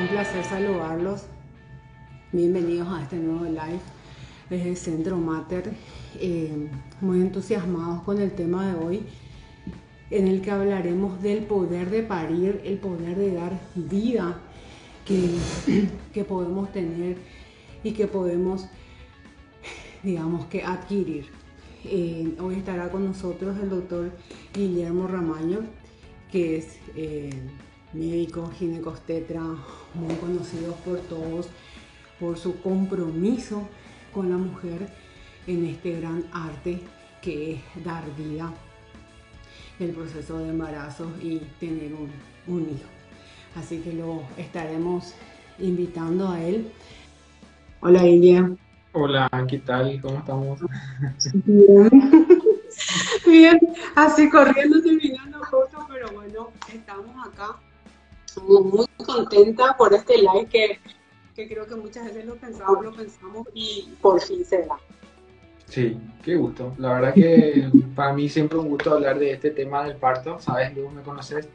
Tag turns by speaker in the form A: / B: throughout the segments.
A: Un placer saludarlos. Bienvenidos a este nuevo live desde el Centro Mater. Muy entusiasmados con el tema de hoy, en el que hablaremos del poder de parir, el poder de dar vida que podemos tener y que podemos, digamos, que adquirir. Hoy estará con nosotros el doctor Guillermo Ramaño, que es médico ginecobstetra, muy conocido por todos por su compromiso con la mujer en este gran arte que es dar vida, el proceso de embarazo y tener un hijo. Así que lo estaremos invitando a él. Hola, Guillermo.
B: Hola, ¿qué tal? ¿Cómo estamos?
A: Bien. Bien, así corriendo, terminando justo, pero bueno, estamos acá. Muy contenta por este live que creo que muchas veces lo pensamos y por fin se da.
B: Sí, qué gusto. La verdad que para mí siempre un gusto hablar de este tema del parto. Sabes, Lu, me conoces.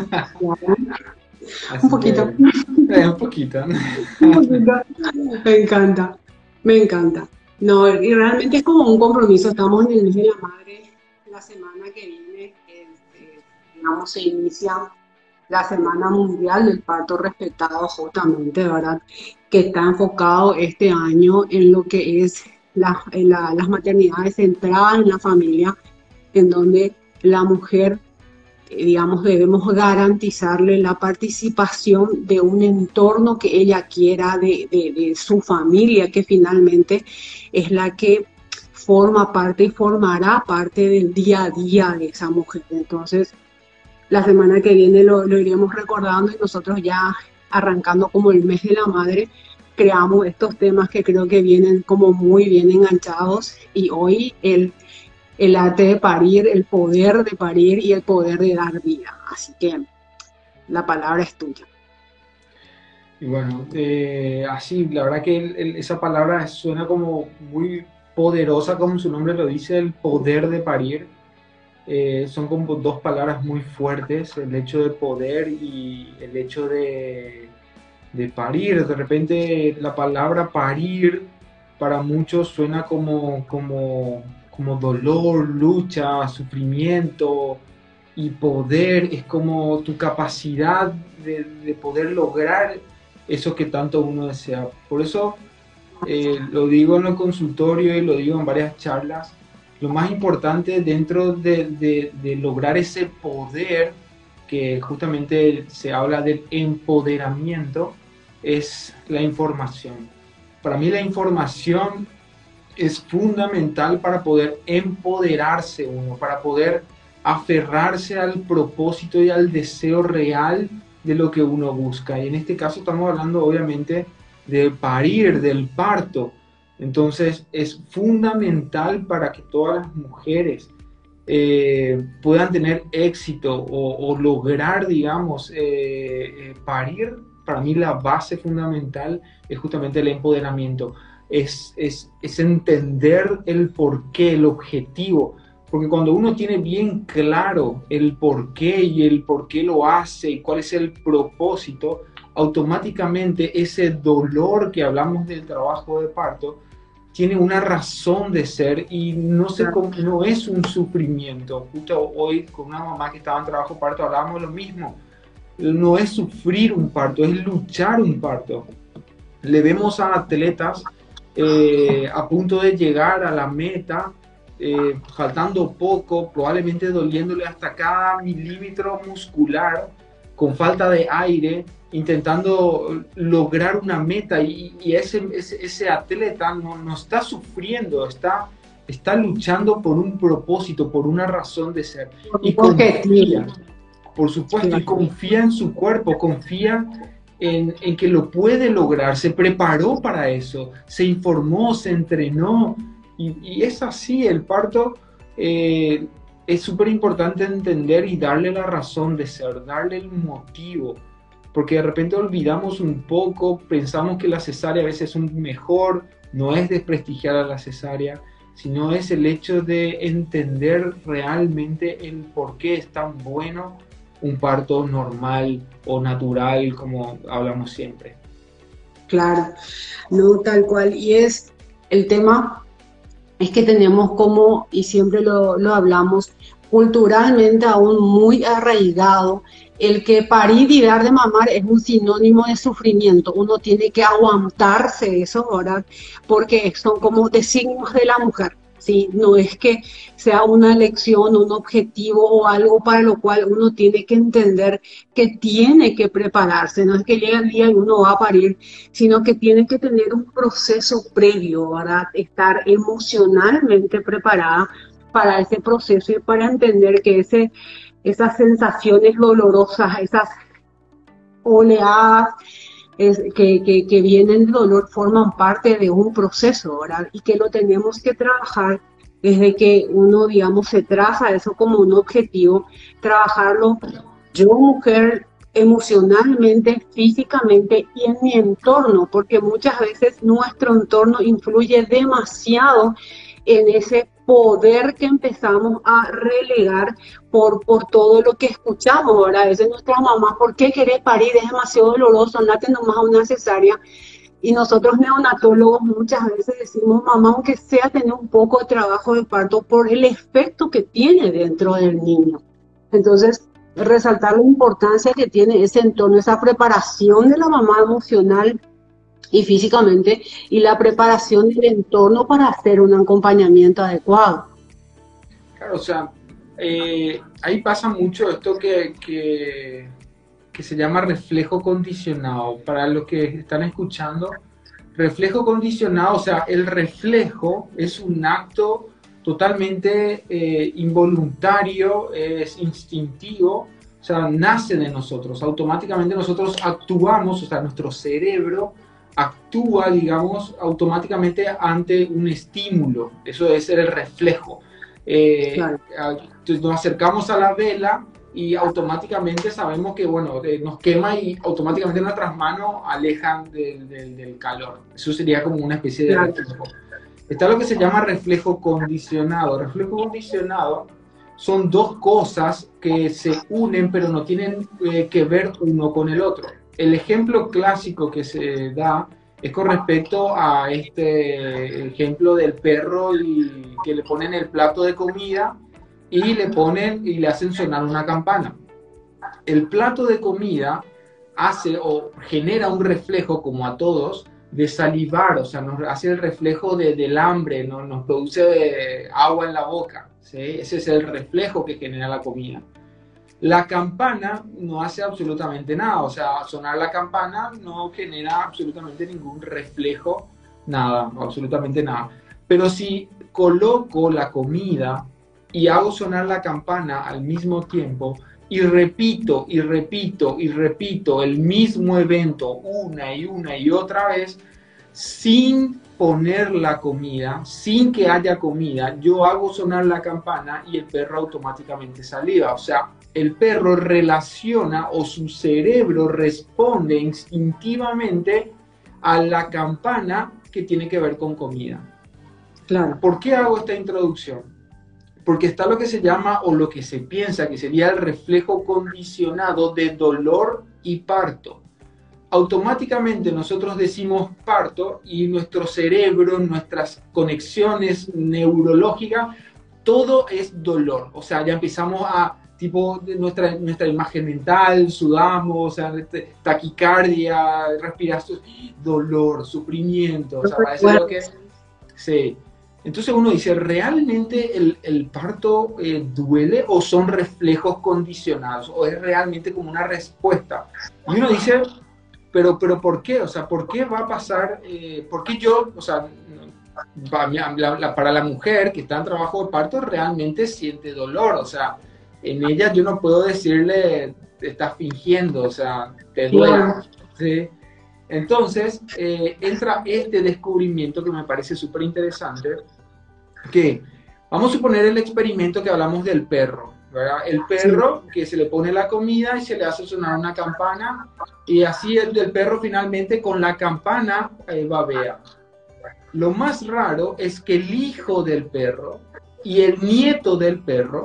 A: Un
B: Así
A: poquito,
B: que un poquito.
A: un poquito. Me encanta, me encanta. No, y realmente es como un compromiso. Estamos en el mes de la madre. La semana que viene, digamos, se inicia la Semana Mundial del Parto Respetado, justamente, ¿verdad? Que está enfocado este año en lo que es las maternidades centradas en la familia, en donde la mujer, digamos, debemos garantizarle la participación de un entorno que ella quiera, de su familia, que finalmente es la que forma parte y formará parte del día a día de esa mujer. Entonces, la semana que viene lo iremos recordando y nosotros ya arrancando como el mes de la madre, creamos estos temas que creo que vienen como muy bien enganchados y hoy el arte de parir, el poder de parir y el poder de dar vida. Así que la palabra es tuya.
B: Y bueno, así, la verdad que esa palabra suena como muy poderosa, como su nombre lo dice, el poder de parir. Son como dos palabras muy fuertes, el hecho de poder y el hecho de parir. De repente la palabra parir para muchos suena como dolor, lucha, sufrimiento y poder. Es como tu capacidad de poder lograr eso que tanto uno desea. Por eso lo digo en el consultorio y lo digo en varias charlas. Lo más importante dentro de lograr ese poder, que justamente se habla del empoderamiento, es la información. Para mí la información es fundamental para poder empoderarse uno, para poder aferrarse al propósito y al deseo real de lo que uno busca. Y en este caso estamos hablando obviamente de parir, del parto. Entonces es fundamental para que todas las mujeres puedan tener éxito o lograr, digamos, parir. Para mí la base fundamental es justamente el empoderamiento, es entender el porqué, el objetivo. Porque cuando uno tiene bien claro el porqué y el por qué lo hace y cuál es el propósito, automáticamente ese dolor que hablamos del trabajo de parto tiene una razón de ser y no es un sufrimiento. Justo hoy con una mamá que estaba en trabajo de parto hablábamos de lo mismo. No es sufrir un parto, es luchar un parto. Le vemos a atletas a punto de llegar a la meta, faltando poco, probablemente doliéndole hasta cada milímetro muscular, con falta de aire, intentando lograr una meta y ese atleta no está sufriendo, está luchando por un propósito, por una razón de ser y confía,
A: Objetivo.
B: por supuesto, y
A: Claro.
B: confía en su cuerpo, confía en que lo puede lograr, se preparó para eso, se informó, se entrenó y es así, el parto es súper importante entender y darle la razón de ser, darle el motivo, porque de repente olvidamos un poco, pensamos que la cesárea a veces es un mejor, no es desprestigiar a la cesárea, sino es el hecho de entender realmente el por qué es tan bueno un parto normal o natural, como hablamos siempre.
A: Claro, no tal cual. Y es el tema, es que tenemos como, y siempre lo hablamos, culturalmente aún muy arraigado, el que parir y dar de mamar es un sinónimo de sufrimiento. Uno tiene que aguantarse eso, ¿verdad? Porque son como designios de la mujer. Sí, no es que sea una elección, un objetivo o algo para lo cual uno tiene que entender que tiene que prepararse, no es que llega el día y uno va a parir, sino que tiene que tener un proceso previo, ¿verdad? Estar emocionalmente preparada para ese proceso y para entender que esas sensaciones dolorosas, esas oleadas que vienen de dolor forman parte de un proceso, ¿verdad? Y que lo tenemos que trabajar desde que uno, digamos, se traza eso como un objetivo, trabajarlo yo, mujer, emocionalmente, físicamente y en mi entorno, porque muchas veces nuestro entorno influye demasiado en ese poder que empezamos a relegar por todo lo que escuchamos, ¿verdad? A veces nuestra mamá, ¿por qué querés parir? Es demasiado doloroso, andate nomás a una cesárea. Y nosotros neonatólogos muchas veces decimos, mamá, aunque sea tener un poco de trabajo de parto por el efecto que tiene dentro del niño. Entonces, resaltar la importancia que tiene ese entorno, esa preparación de la mamá emocional y físicamente, y la preparación del entorno para hacer un acompañamiento adecuado.
B: Claro, o sea, ahí pasa mucho esto que se llama reflejo condicionado. Para los que están escuchando, reflejo condicionado, o sea, el reflejo es un acto totalmente involuntario, es instintivo, o sea, nace de nosotros. Automáticamente nosotros actuamos, o sea, nuestro cerebro actúa, digamos, automáticamente ante un estímulo. Eso es el reflejo.
A: Claro.
B: Nos acercamos a la vela y automáticamente sabemos que, bueno, nos quema y automáticamente nuestras manos alejan del calor. Eso sería como una especie de
A: Claro.
B: reflejo. Está lo que se llama reflejo condicionado. Reflejo condicionado son dos cosas que se unen pero no tienen que ver uno con el otro. El ejemplo clásico que se da es con respecto a este ejemplo del perro y que le ponen el plato de comida y le ponen y le hacen sonar una campana. El plato de comida hace o genera un reflejo, como a todos, de salivar, o sea, nos hace el reflejo del hambre, nos produce agua en la boca, ¿sí? Ese es el reflejo que genera la comida. La campana no hace absolutamente nada, o sea, sonar la campana no genera absolutamente ningún reflejo, nada, absolutamente nada. Pero si coloco la comida y hago sonar la campana al mismo tiempo y repito y repito y repito el mismo evento una y otra vez, sin poner la comida, sin que haya comida, yo hago sonar la campana y el perro automáticamente saliva. O sea, el perro relaciona o su cerebro responde instintivamente a la campana que tiene que ver con comida.
A: Claro.
B: ¿Por qué hago esta introducción? Porque está lo que se llama o lo que se piensa que sería el reflejo condicionado de dolor y parto. Automáticamente nosotros decimos parto y nuestro cerebro, nuestras conexiones neurológicas, todo es dolor. O sea, ya empezamos a, tipo, nuestra imagen mental, sudamos, o sea, taquicardia, respiración, dolor, sufrimiento, o sea, parece lo que es. Sí. Entonces uno dice, ¿realmente el parto duele o son reflejos condicionados? ¿O es realmente como una respuesta? Y uno dice, pero ¿por qué? O sea, ¿por qué va a pasar? ¿Por qué yo, o sea, para la mujer que está en trabajo de parto realmente siente dolor? O sea, en ella yo no puedo decirle, estás fingiendo, o sea, te duele.
A: Claro.
B: ¿Sí? Entonces, entra este descubrimiento que me parece súper interesante, que vamos a suponer el experimento que hablamos del perro, ¿verdad? El
A: Sí.
B: perro que se le pone la comida y se le hace sonar una campana y así el perro finalmente con la campana babea. Lo más raro es que el hijo del perro y el nieto del perro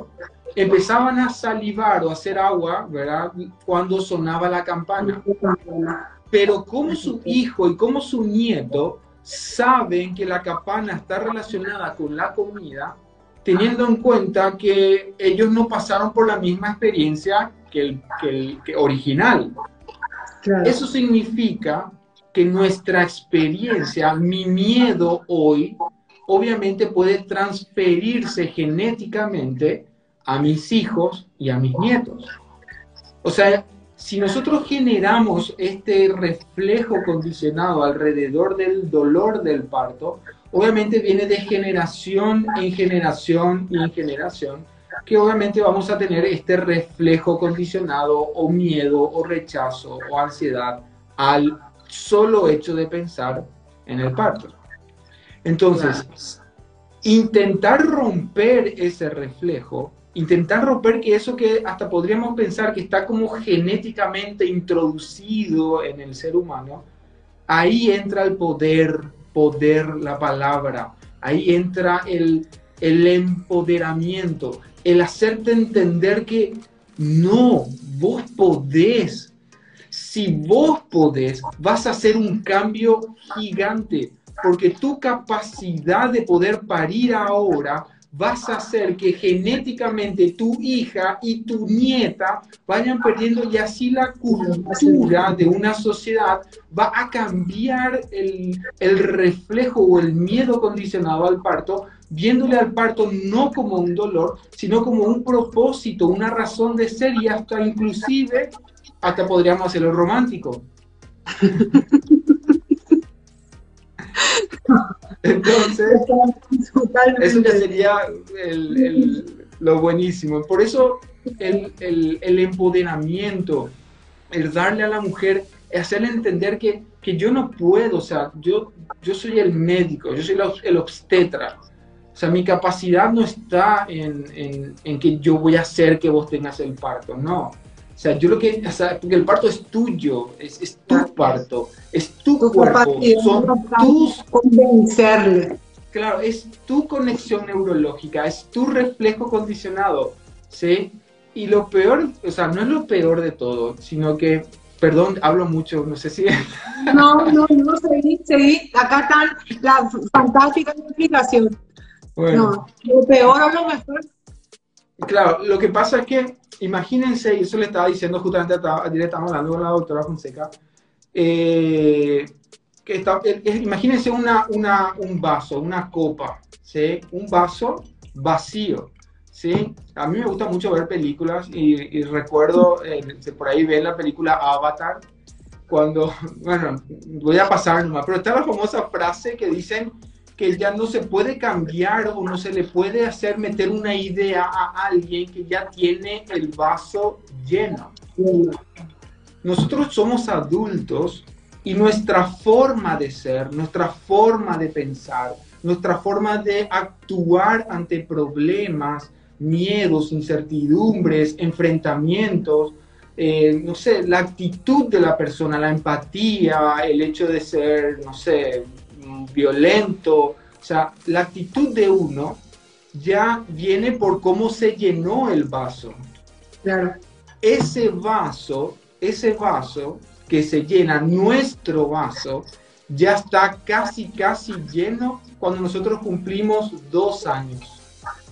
B: empezaban a salivar o a hacer agua, ¿verdad? Cuando sonaba la campana. Pero como su hijo y como su nieto saben que la campana está relacionada con la comida, teniendo en cuenta que ellos no pasaron por la misma experiencia que original. Claro. Eso significa que nuestra experiencia, mi miedo hoy, obviamente puede transferirse genéticamente a mis hijos y a mis nietos. O sea, si nosotros generamos este reflejo condicionado alrededor del dolor del parto, obviamente viene de generación en generación y en generación, que obviamente vamos a tener este reflejo condicionado o miedo o rechazo o ansiedad al solo hecho de pensar en el parto. Entonces, intentar romper ese reflejo, intentar romper que eso que hasta podríamos pensar que está como genéticamente introducido en el ser humano, ahí entra el poder, la palabra, ahí entra el empoderamiento, el hacerte entender que no, vos podés. Si vos podés, vas a hacer un cambio gigante, porque tu capacidad de poder parir ahora vas a hacer que genéticamente tu hija y tu nieta vayan perdiendo, y así la cultura de una sociedad va a cambiar el reflejo o el miedo condicionado al parto, viéndole al parto no como un dolor, sino como un propósito, una razón de ser, y hasta inclusive, hasta podríamos hacerlo romántico. Entonces, eso ya sería lo buenísimo. Por eso el empoderamiento, el darle a la mujer, hacerle entender que yo no puedo, o sea, yo soy el médico, yo soy el obstetra. O sea, mi capacidad no está en que yo voy a hacer que vos tengas el parto, no. O sea, porque el parto es tuyo, es tu parto, es tu cuerpo, son tus...
A: Convencerle.
B: Claro, es tu conexión neurológica, es tu reflejo condicionado, ¿sí? Y lo peor, o sea, no es lo peor de todo, sino que, perdón, hablo mucho, no sé si...
A: No, seguí. Acá están la fantástica explicación. Bueno. No, lo peor o lo mejor.
B: Claro, lo que pasa es que, imagínense, y eso le estaba diciendo justamente, ayer estábamos hablando con la doctora Fonseca, imagínense un vaso, una copa, ¿sí? Un vaso vacío, ¿sí? A mí me gusta mucho ver películas y recuerdo, por ahí ven la película Avatar, cuando, bueno, voy a pasar nomás, pero está la famosa frase que dicen que ya no se puede cambiar o no se le puede hacer meter una idea a alguien que ya tiene el vaso lleno. Nosotros somos adultos y nuestra forma de ser, nuestra forma de pensar, nuestra forma de actuar ante problemas, miedos, incertidumbres, enfrentamientos, no sé, la actitud de la persona, la empatía, el hecho de ser, no sé, violento, o sea, la actitud de uno ya viene por cómo se llenó el vaso.
A: Claro.
B: Ese vaso que se llena, nuestro vaso, ya está casi lleno cuando nosotros cumplimos 2 años.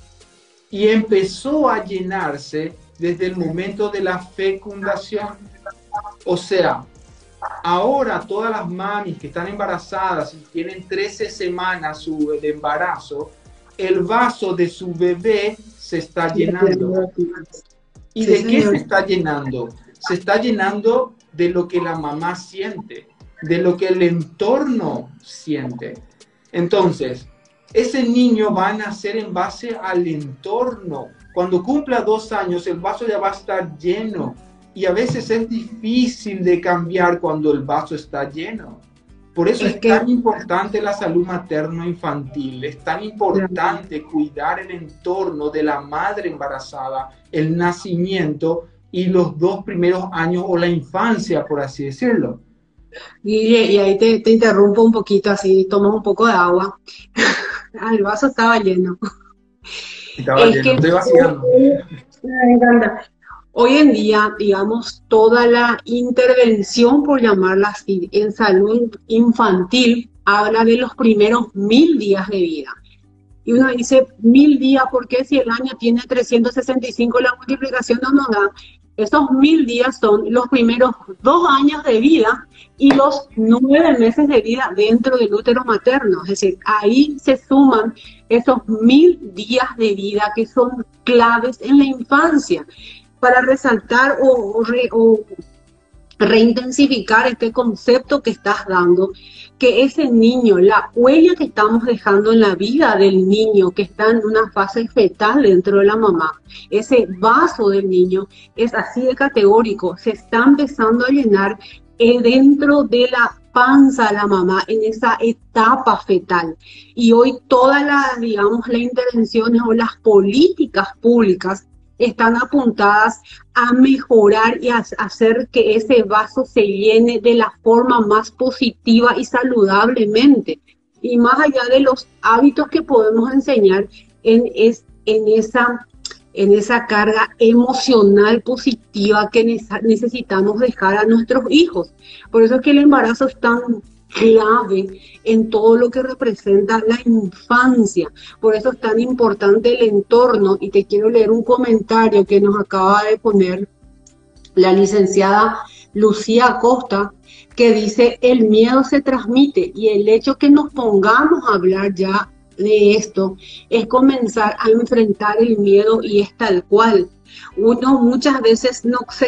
B: Y empezó a llenarse desde el momento de la fecundación. O sea, ahora todas las mamis que están embarazadas y tienen 13 semanas de embarazo, el vaso de su bebé se está llenando. ¿Y de qué se está llenando? Se está llenando de lo que la mamá siente, de lo que el entorno siente. Entonces, ese niño va a nacer en base al entorno. Cuando cumpla 2 años, el vaso ya va a estar lleno. Y a veces es difícil de cambiar cuando el vaso está lleno. Por eso es tan importante la salud materno-infantil, es tan importante cuidar el entorno de la madre embarazada, el nacimiento y los 2 primeros años o la infancia, por así decirlo.
A: Y ahí te interrumpo un poquito, así tomas un poco de agua. El vaso estaba lleno.
B: Estaba lleno, estoy vaciando.
A: Me encanta. Hoy en día, digamos, toda la intervención, por llamarla así, en salud infantil habla de los primeros 1000 días de vida. Y uno dice 1000 días, ¿por qué si el año tiene 365 la multiplicación no nos da? Esos 1000 días son los primeros 2 años de vida y los 9 meses de vida dentro del útero materno. Es decir, ahí se suman esos 1000 días de vida que son claves en la infancia para resaltar o reintensificar este concepto que estás dando, que ese niño, la huella que estamos dejando en la vida del niño que está en una fase fetal dentro de la mamá, ese vaso del niño es así de categórico, se está empezando a llenar dentro de la panza de la mamá en esa etapa fetal. Y hoy todas las, digamos, las intervenciones o las políticas públicas están apuntadas a mejorar y a hacer que ese vaso se llene de la forma más positiva y saludablemente. Y más allá de los hábitos que podemos enseñar en esa carga emocional positiva que necesitamos dejar a nuestros hijos. Por eso es que el embarazo es tan clave en todo lo que representa la infancia. Por eso es tan importante el entorno. Y te quiero leer un comentario que nos acaba de poner la licenciada Lucía Acosta, que dice: el miedo se transmite, y el hecho que nos pongamos a hablar ya de esto es comenzar a enfrentar el miedo, y es tal cual. Uno muchas veces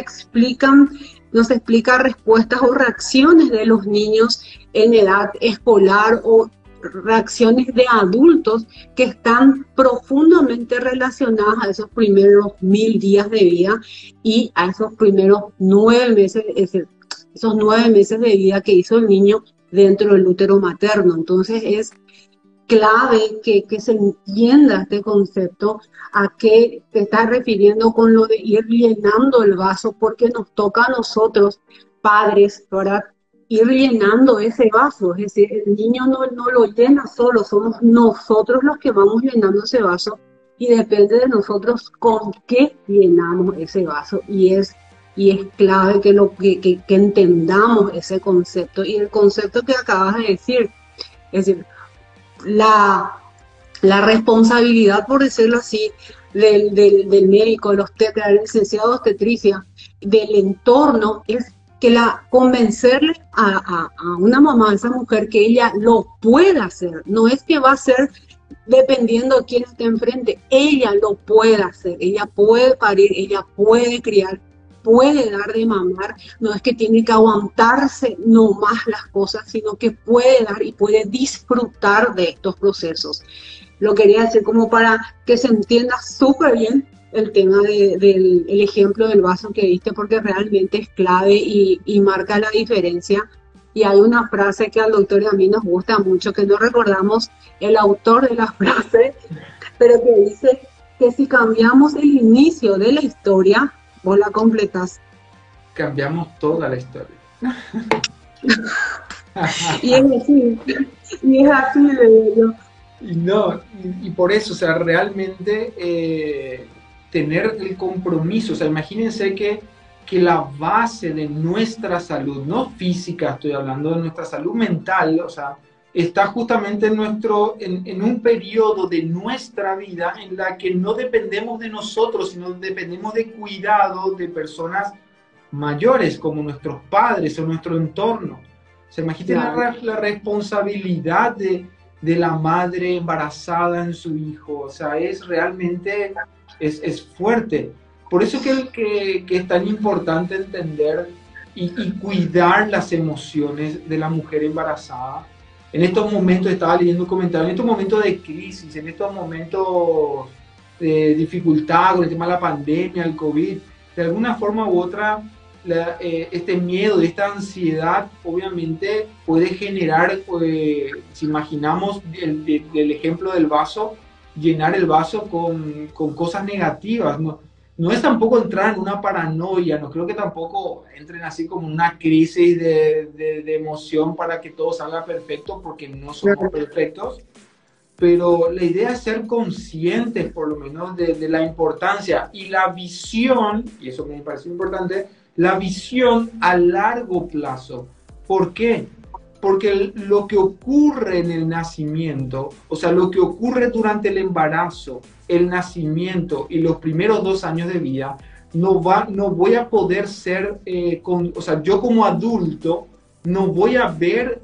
A: no se explica respuestas o reacciones de los niños en edad escolar o reacciones de adultos que están profundamente relacionadas a esos primeros 1000 días de vida y a esos primeros 9 meses, esos 9 meses de vida que hizo el niño dentro del útero materno. Entonces es clave que se entienda este concepto, a qué te estás refiriendo con lo de ir llenando el vaso, porque nos toca a nosotros, padres, ¿verdad? Ir llenando ese vaso. Es decir, el niño no lo llena solo, somos nosotros los que vamos llenando ese vaso, y depende de nosotros con qué llenamos ese vaso. Y es clave que entendamos ese concepto. Y el concepto que acabas de decir, es decir, la, la responsabilidad, por decirlo así, del médico, del licenciado de obstetricia, del entorno, es que convencerle a una mamá, a esa mujer, que ella lo pueda hacer. No es que va a ser dependiendo de quién esté enfrente, ella lo puede hacer, ella puede parir, ella puede criar, puede dar de mamar. No es que tiene que aguantarse no más las cosas, sino que puede dar y puede disfrutar de estos procesos. Lo quería decir como para que se entienda súper bien el tema del el ejemplo del vaso que diste, porque realmente es clave y marca la diferencia. Y hay una frase que al doctor y a mí nos gusta mucho, que no recordamos el autor de la frase, pero que dice que si cambiamos el inicio de la historia, vos la completás.
B: Cambiamos toda la historia.
A: Y es así, y es así, le digo.
B: Y no, y por eso, o sea, realmente tener el compromiso, o sea, imagínense que la base de nuestra salud, no física, estoy hablando de nuestra salud mental, o sea, está justamente en un periodo de nuestra vida en la que no dependemos de nosotros, sino dependemos de cuidado de personas mayores, como nuestros padres o nuestro entorno. O sea, imagínate la responsabilidad de la madre embarazada en su hijo. O sea, es realmente, es fuerte. Por eso que es tan importante entender y cuidar las emociones de la mujer embarazada. En estos momentos, estaba leyendo un comentario, en estos momentos de crisis, en estos momentos de dificultad con el tema de la pandemia, el COVID, de alguna forma u otra, este miedo, esta ansiedad, obviamente puede generar, si imaginamos el ejemplo del vaso, llenar el vaso con cosas negativas. No es tampoco entrar en una paranoia, no creo que tampoco entren así como una crisis de emoción para que todo salga perfecto, porque no somos perfectos, pero la idea es ser conscientes por lo menos de la importancia y la visión, y eso me parece importante, la visión a largo plazo. ¿Por qué? Porque lo que ocurre en el nacimiento, o sea, lo que ocurre durante el embarazo, el nacimiento y los primeros 2 años de vida, no voy a poder ser, o sea, yo como adulto, no voy a ver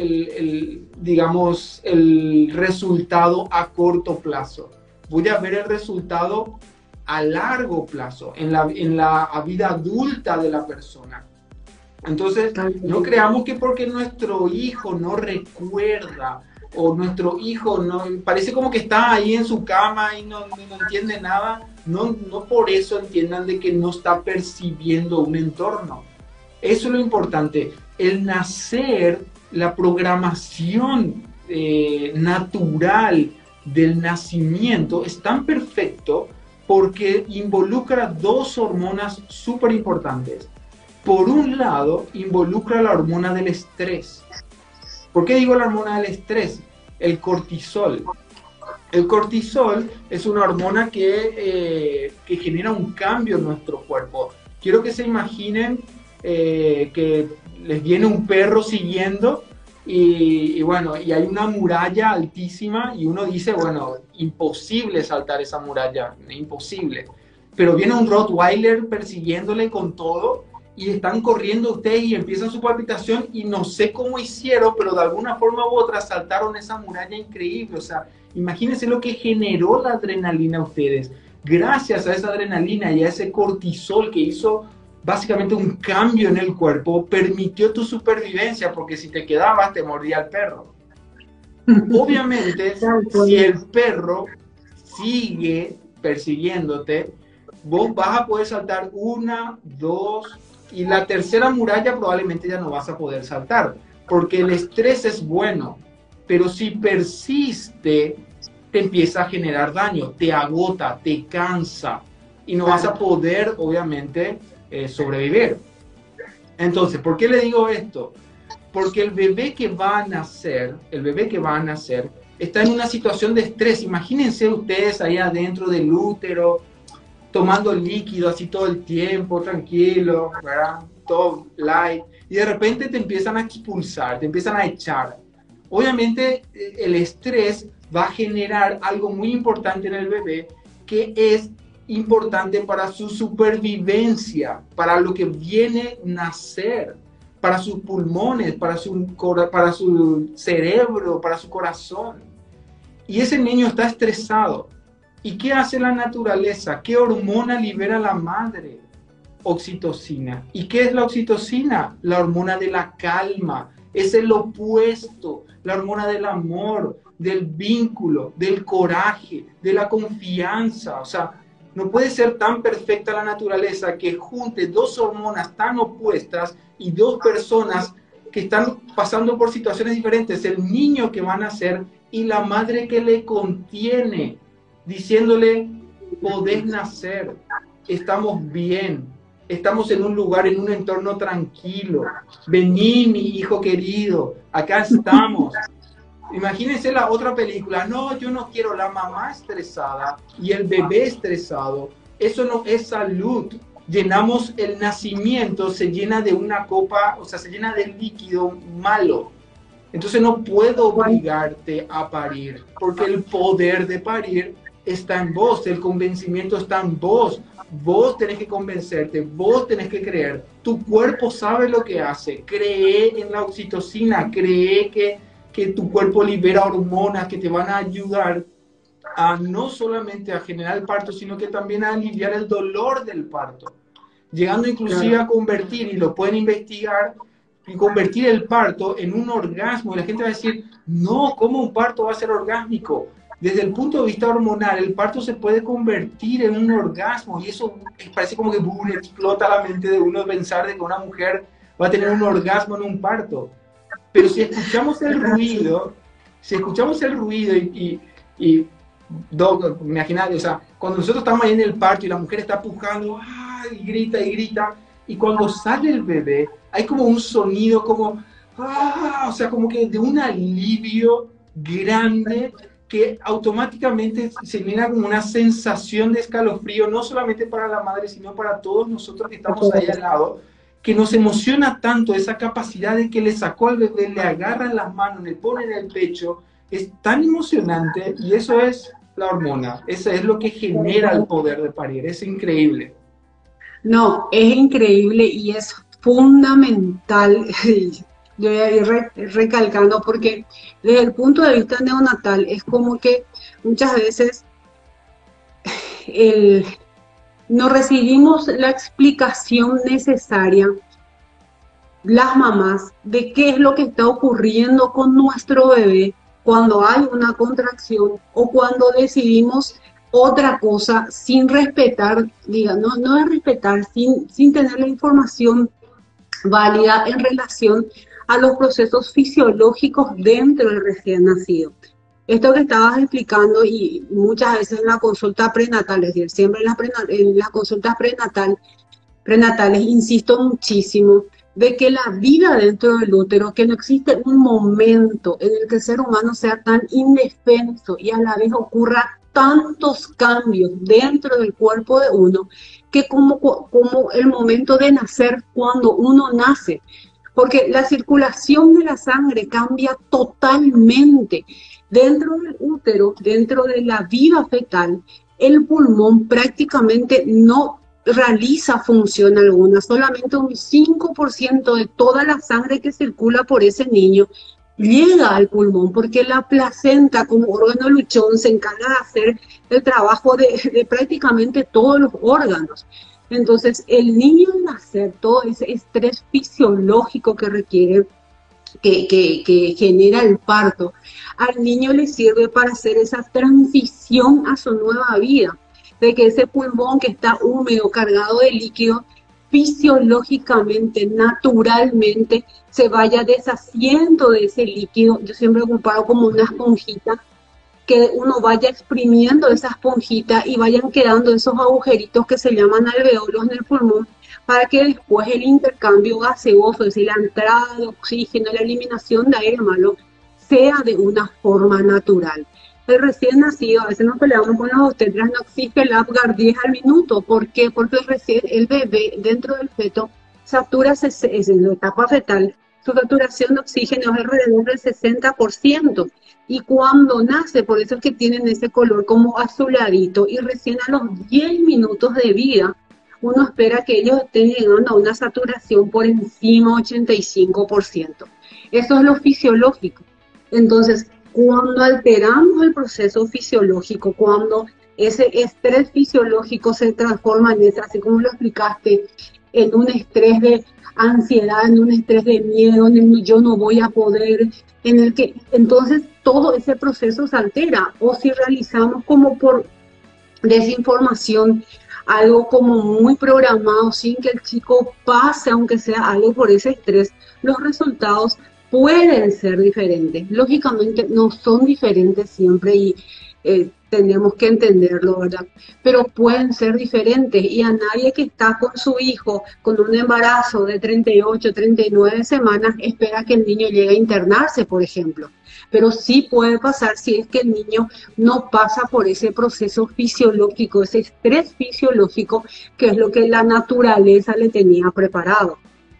B: digamos, el resultado a corto plazo. Voy a ver el resultado a largo plazo, en la vida adulta de la persona. Entonces, no creamos que porque nuestro hijo no recuerda o nuestro hijo no parece como que está ahí en su cama y no entiende nada, no por eso entiendan de que no está percibiendo un entorno. Eso es lo importante. El nacer, la programación natural del nacimiento es tan perfecto porque involucra 2 hormonas súper importantes. Por un lado, involucra la hormona del estrés. ¿Por qué digo la hormona del estrés? El cortisol. El cortisol es una hormona que genera un cambio en nuestro cuerpo. Quiero que se imaginen que les viene un perro siguiendo y bueno, y hay una muralla altísima y uno dice, bueno, imposible saltar esa muralla, imposible. Pero viene un Rottweiler persiguiéndole con todo y están corriendo ustedes y empiezan su palpitación y no sé cómo hicieron, pero de alguna forma u otra saltaron esa muralla increíble. O sea, imagínense lo que generó la adrenalina a ustedes. Gracias a esa adrenalina y a ese cortisol que hizo básicamente un cambio en el cuerpo, permitió tu supervivencia, porque si te quedabas te mordía el perro. Obviamente, si el perro sigue persiguiéndote, vos vas a poder saltar 1, 2, y la tercera muralla probablemente ya no vas a poder saltar, porque el estrés es bueno, pero si persiste, te empieza a generar daño, te agota, te cansa, y no vas a poder, obviamente, sobrevivir. Entonces, ¿por qué le digo esto? Porque el bebé que va a nacer, está en una situación de estrés. Imagínense ustedes ahí adentro del útero, tomando líquido así todo el tiempo, tranquilo, ¿verdad? Todo light, y de repente te empiezan a expulsar, te empiezan a echar. Obviamente el estrés va a generar algo muy importante en el bebé, que es importante para su supervivencia, para lo que viene a nacer, para sus pulmones, para su cerebro, para su corazón. Y ese niño está estresado. ¿Y qué hace la naturaleza? ¿Qué hormona libera la madre? Oxitocina. ¿Y qué es la oxitocina? La hormona de la calma. Es el opuesto, la hormona del amor, del vínculo, del coraje, de la confianza. O sea, no puede ser tan perfecta la naturaleza que junte 2 hormonas tan opuestas y 2 personas que están pasando por situaciones diferentes. El niño que va a nacer y la madre que le contiene, diciéndole, podés nacer, estamos bien, estamos en un lugar, en un entorno tranquilo, vení mi hijo querido, acá estamos. Imagínense la otra película, no, yo no quiero, la mamá estresada y el bebé estresado, eso no es salud. Llenamos el nacimiento, se llena de una copa, o sea, se llena de líquido malo. Entonces no puedo obligarte a parir, porque el poder de parir está en vos, el convencimiento está en vos. Vos tenés que convencerte, vos tenés que creer. Tu cuerpo sabe lo que hace. Cree en la oxitocina, cree que tu cuerpo libera hormonas que te van a ayudar a no solamente a generar el parto, sino que también a aliviar el dolor del parto. Llegando inclusive a convertir, y lo pueden investigar, y convertir el parto en un orgasmo. Y la gente va a decir, no, ¿cómo un parto va a ser orgásmico? Desde el punto de vista hormonal, el parto se puede convertir en un orgasmo, y eso parece como que boom, explota la mente de uno pensar de que una mujer va a tener un orgasmo en un parto. Pero si escuchamos el ruido, imagínate, o sea, cuando nosotros estamos ahí en el parto y la mujer está pujando, y grita, y cuando sale el bebé, hay como un sonido como, o sea, como que de un alivio grande que automáticamente se genera como una sensación de escalofrío, no solamente para la madre, sino para todos nosotros que estamos ahí al lado, que nos emociona tanto esa capacidad de que le sacó al bebé, le agarra en las manos, le pone en el pecho, es tan emocionante y eso es la hormona, eso es lo que genera el poder de parir, es increíble.
A: No, es increíble y es fundamental. Yo voy a ir recalcando porque desde el punto de vista neonatal es como que muchas veces el, no recibimos la explicación necesaria, las mamás, de qué es lo que está ocurriendo con nuestro bebé cuando hay una contracción o cuando decidimos otra cosa sin respetar, diga, no es respetar, sin tener la información válida en relación a los procesos fisiológicos dentro del recién nacido. Esto que estabas explicando y muchas veces en la consulta prenatal, es decir, siempre en las consultas prenatales, insisto muchísimo, de que la vida dentro del útero, que no existe un momento en el que el ser humano sea tan indefenso y a la vez ocurra tantos cambios dentro del cuerpo de uno, que como el momento de nacer cuando uno nace, porque la circulación de la sangre cambia totalmente. Dentro del útero, dentro de la vida fetal, el pulmón prácticamente no realiza función alguna, solamente un 5% de toda la sangre que circula por ese niño llega al pulmón, porque la placenta como órgano luchón se encarga de hacer el trabajo de prácticamente todos los órganos. Entonces, el niño al nacer, todo ese estrés fisiológico que requiere, que genera el parto, al niño le sirve para hacer esa transición a su nueva vida, de que ese pulmón que está húmedo, cargado de líquido, fisiológicamente, naturalmente, se vaya deshaciendo de ese líquido. Yo siempre lo comparo como una esponjita, que uno vaya exprimiendo esa esponjita y vayan quedando esos agujeritos que se llaman alveolos en el pulmón, para que después el intercambio gaseoso, es decir, la entrada de oxígeno, la eliminación de aire malo, sea de una forma natural. El recién nacido, a veces nos peleamos con las obstetras, no existe el Apgar 10 al minuto. ¿Por qué? Porque el bebé dentro del feto satura, en la etapa fetal, su saturación de oxígeno es alrededor del 60%. Y cuando nace, por eso es que tienen ese color como azuladito, y recién a los 10 minutos de vida, uno espera que ellos estén llegando a una saturación por encima del 85%. Eso es lo fisiológico. Entonces, cuando alteramos el proceso fisiológico, cuando ese estrés fisiológico se transforma en ese, así como lo explicaste, en un estrés de ansiedad, en un estrés de miedo, en el que yo no voy a poder, en el que entonces todo ese proceso se altera. O si realizamos como por desinformación, algo como muy programado, sin que el chico pase, aunque sea algo por ese estrés, los resultados pueden ser diferentes. Lógicamente no son diferentes siempre y tenemos que entenderlo, ¿verdad? Pero pueden ser diferentes, y a nadie que está con su hijo con un embarazo de 38, 39 semanas espera que el niño llegue a internarse, por ejemplo. Pero sí puede pasar si es que el niño no pasa por ese proceso fisiológico, ese estrés fisiológico, que es lo que la naturaleza le tenía preparado.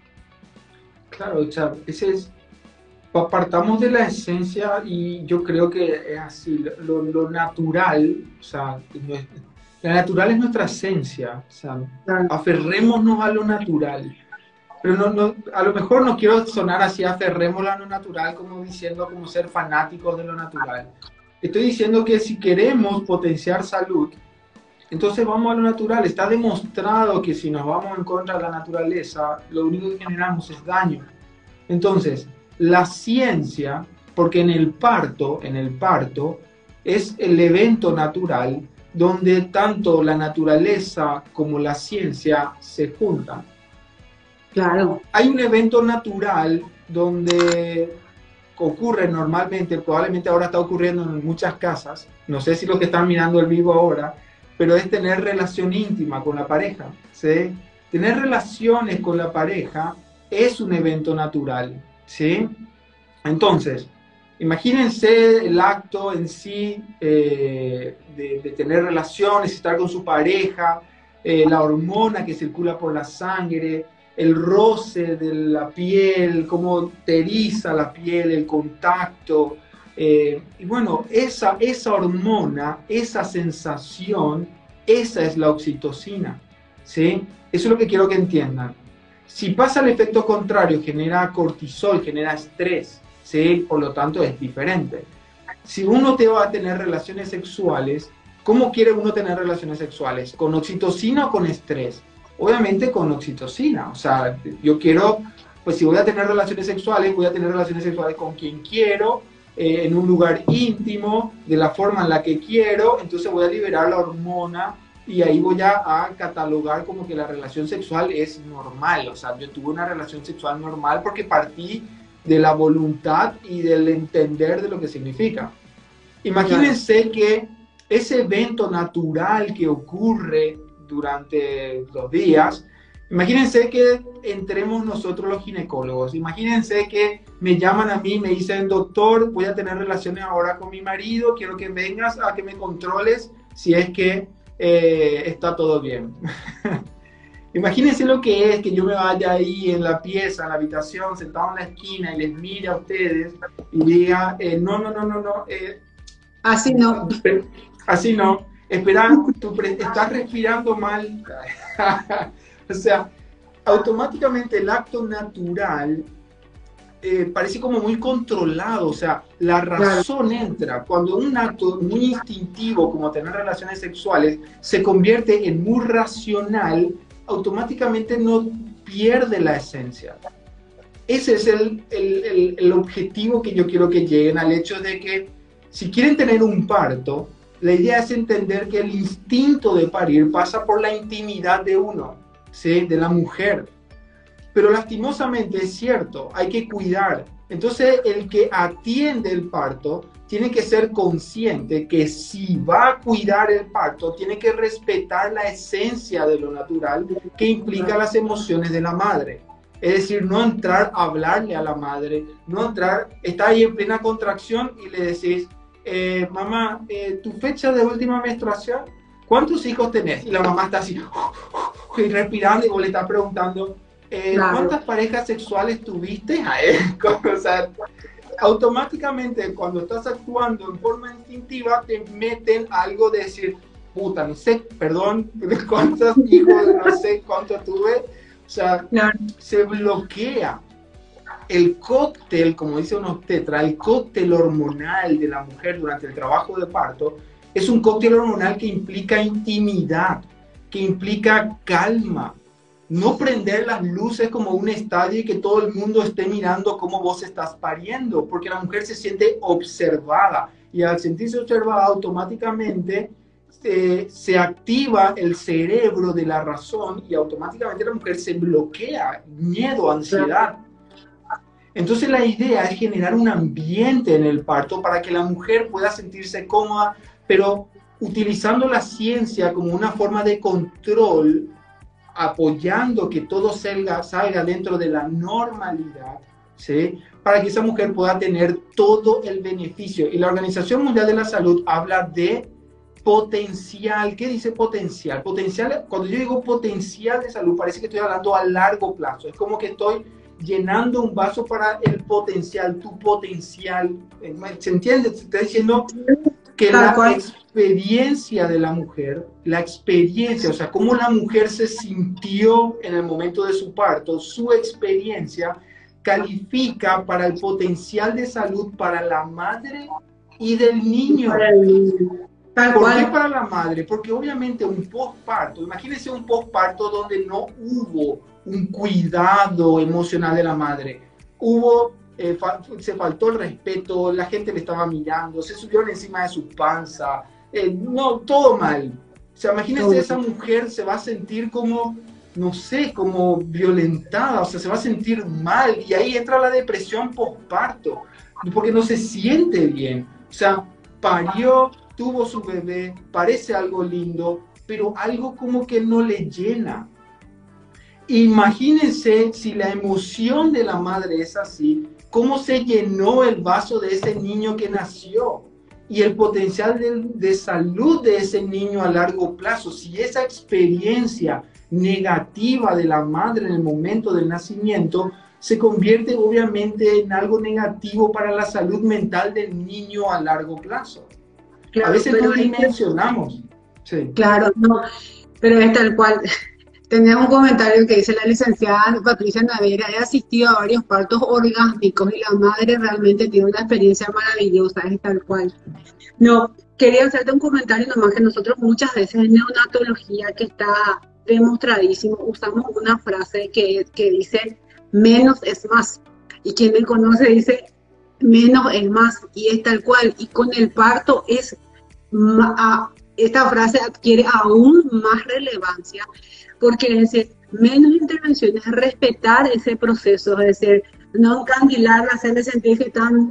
B: Claro, o sea, ese es, partamos de la esencia y yo creo que es así, lo natural, o sea, la natural es nuestra esencia, o sea, aferrémonos a lo natural. Pero a lo mejor no quiero sonar así, aferrémoslo a lo natural, como diciendo, como ser fanáticos de lo natural. Estoy diciendo que si queremos potenciar salud, entonces vamos a lo natural. Está demostrado que si nos vamos en contra de la naturaleza, lo único que generamos es daño. Entonces, la ciencia, porque en el parto, es el evento natural donde tanto la naturaleza como la ciencia se juntan.
A: Claro.
B: Hay un evento natural donde ocurre normalmente, probablemente ahora está ocurriendo en muchas casas, no sé si los que están mirando el vivo ahora, pero es tener relación íntima con la pareja, ¿sí? Tener relaciones con la pareja es un evento natural, ¿sí? Entonces, Imagínense el acto en sí de tener relaciones, estar con su pareja, la hormona que circula por la sangre, el roce de la piel, cómo te eriza la piel, el contacto. Y bueno, esa hormona, esa sensación, esa es la oxitocina, ¿sí? Eso es lo que quiero que entiendan. Si pasa el efecto contrario, genera cortisol, genera estrés, ¿sí? Por lo tanto es diferente. Si uno te va a tener relaciones sexuales, ¿cómo quiere uno tener relaciones sexuales? ¿Con oxitocina o con estrés? Obviamente con oxitocina. O sea, yo quiero, pues si voy a tener relaciones sexuales, voy a tener relaciones sexuales con quien quiero, en un lugar íntimo, de la forma en la que quiero, entonces voy a liberar la hormona y ahí voy a catalogar como que la relación sexual es normal. O sea, yo tuve una relación sexual normal porque partí de la voluntad y del entender de lo que significa. Imagínense que ese evento natural que ocurre durante los días, imagínense que entremos nosotros los ginecólogos, imagínense que me llaman a mí, me dicen, doctor, voy a tener relaciones ahora con mi marido, quiero que vengas a que me controles si es que está todo bien. Imagínense lo que es que yo me vaya ahí en la pieza, en la habitación, sentado en la esquina y les mire a ustedes y diga, no, no, no, no, no,
A: Así no.
B: así no, espera, estás respirando mal. O sea, automáticamente el acto natural parece como muy controlado, o sea, la razón entra cuando un acto muy instintivo como tener relaciones sexuales se convierte en muy racional, automáticamente no pierde la esencia. Ese es el objetivo que yo quiero que lleguen al hecho de que si quieren tener un parto, la idea es entender que el instinto de parir pasa por la intimidad de uno, ¿sí? De la mujer. Pero lastimosamente es cierto, hay que cuidar. Entonces el que atiende el parto tiene que ser consciente que si va a cuidar el parto, tiene que respetar la esencia de lo natural que implica las emociones de la madre. Es decir, no entrar a hablarle a la madre, no entrar, está ahí en plena contracción y le decís, mamá, ¿tu fecha de última menstruación? ¿Cuántos hijos tenés? Y la mamá está así, y respirando y vos le estás preguntando, ¿cuántas parejas sexuales tuviste? O sea, automáticamente cuando estás actuando en forma instintiva te meten algo de decir, puta, no sé, perdón, cuántos hijos, no sé cuánto tuve. O sea, se bloquea el cóctel, como dice un obstetra, el cóctel hormonal de la mujer durante el trabajo de parto, es un cóctel hormonal que implica intimidad, que implica calma. No prender las luces como un estadio y que todo el mundo esté mirando cómo vos estás pariendo, porque la mujer se siente observada y al sentirse observada automáticamente se activa el cerebro de la razón y automáticamente la mujer se bloquea, miedo, ansiedad. Entonces la idea es generar un ambiente en el parto para que la mujer pueda sentirse cómoda, pero utilizando la ciencia como una forma de control, apoyando que todo salga dentro de la normalidad, ¿sí? Para que esa mujer pueda tener todo el beneficio. Y la Organización Mundial de la Salud habla de potencial. ¿Qué dice potencial? Potencial, cuando yo digo potencial de salud, parece que estoy hablando a largo plazo. Es como que estoy llenando un vaso para el potencial, tu potencial. ¿Se entiende? Se está diciendo que la experiencia de la mujer, la experiencia, o sea, cómo la mujer se sintió en el momento de su parto, su experiencia califica para el potencial de salud para la madre y del niño. ¿Por qué para la madre? Porque obviamente un posparto, imagínense un posparto donde no hubo un cuidado emocional de la madre, se faltó el respeto, la gente le estaba mirando, se subieron encima de su panza, no, todo mal. O sea, imagínense, esa mujer se va a sentir como, no sé, como violentada, o sea, se va a sentir mal, y ahí entra la depresión posparto, porque no se siente bien. O sea, parió, tuvo su bebé, parece algo lindo, pero algo como que no le llena. Imagínense si la emoción de la madre es así, cómo se llenó el vaso de ese niño que nació y el potencial de salud de ese niño a largo plazo. Si esa experiencia negativa de la madre en el momento del nacimiento se convierte obviamente en algo negativo para la salud mental del niño a largo plazo.
A: Claro,
B: A veces no dimensionamos. Sí.
A: Claro, no, pero es tal cual. Tenía un comentario que dice la licenciada Patricia Navera: he asistido a varios partos orgásmicos y la madre realmente tiene una experiencia maravillosa, es tal cual. No, quería hacerte un comentario nomás, que nosotros muchas veces en neonatología, que está demostradísimo, usamos una frase que dice menos es más. Y quien me conoce dice menos es más, y es tal cual. Y con el parto esta frase adquiere aún más relevancia, porque es decir, menos intervenciones, respetar ese proceso, es decir, no encandilarla, hacerle sentir que están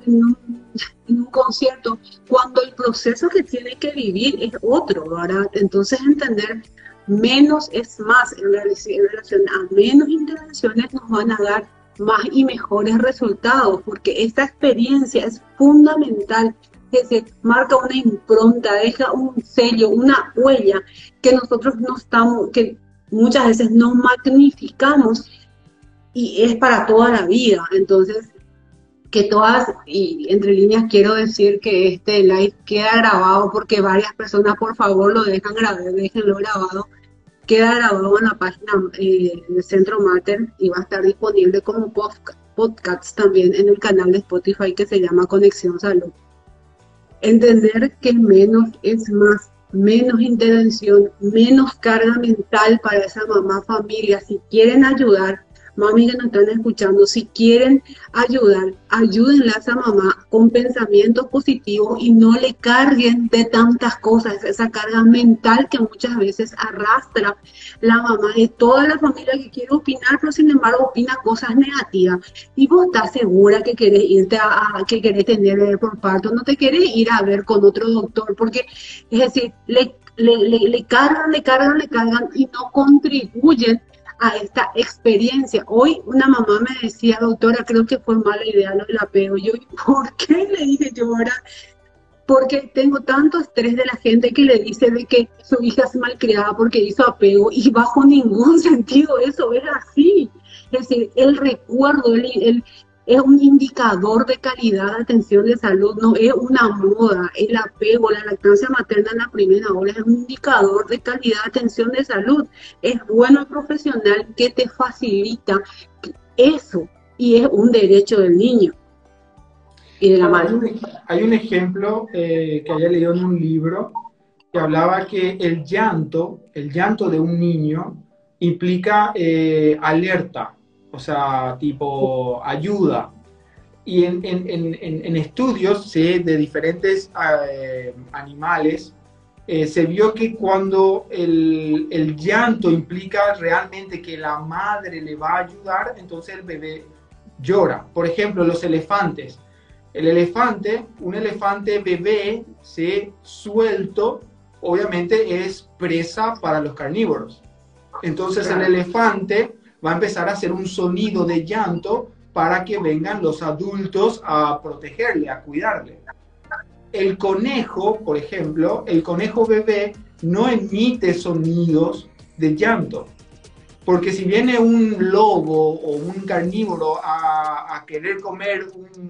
A: en un concierto, cuando el proceso que tiene que vivir es otro, ¿verdad? Entonces entender menos es más en relación a menos intervenciones nos van a dar más y mejores resultados, porque esta experiencia es fundamental, que se marca una impronta, deja un sello, una huella que nosotros no estamos, que muchas veces no magnificamos, y es para toda la vida. Entonces, que todas, y entre líneas quiero decir que este live queda grabado, porque varias personas por favor lo déjenlo grabado, queda grabado en la página del Centro Mater y va a estar disponible como podcast también en el canal de Spotify que se llama Conexión Salud. Entender que menos es más, menos intervención, menos carga mental para esa mamá, familia. Si quieren ayudar, mami que nos están escuchando, si quieren ayudar, ayúdenle a esa mamá con pensamientos positivos y no le carguen de tantas cosas, esa carga mental que muchas veces arrastra la mamá de toda la familia, que quiere opinar, pero sin embargo opina cosas negativas. Y vos estás segura que querés irte que querés tener por parto, no te querés ir a ver con otro doctor, porque es decir, le cargan y no contribuyen a esta experiencia. Hoy una mamá me decía: doctora, creo que fue mala idea lo del apego. Yo, ¿por qué? Le dije yo, ahora, porque tengo tanto estrés de la gente que le dice de que su hija es malcriada porque hizo apego, y bajo ningún sentido eso es así. Es decir, el recuerdo, es un indicador de calidad de atención de salud, no es una moda. El apego, la lactancia materna en la primera hora es un indicador de calidad de atención de salud. Es bueno profesional que te facilita eso, y es un derecho del niño y de la madre.
B: Hay un ejemplo que había leído en un libro que hablaba que el llanto de un niño implica alerta, o sea, tipo ayuda. Y en estudios de diferentes animales, se vio que cuando el llanto implica realmente que la madre le va a ayudar, entonces el bebé llora. Por ejemplo, los elefantes. Un elefante bebé suelto, obviamente es presa para los carnívoros. Entonces el elefante va a empezar a hacer un sonido de llanto para que vengan los adultos a protegerle, a cuidarle. El conejo, por ejemplo, el conejo bebé no emite sonidos de llanto, porque si viene un lobo o un carnívoro a querer comer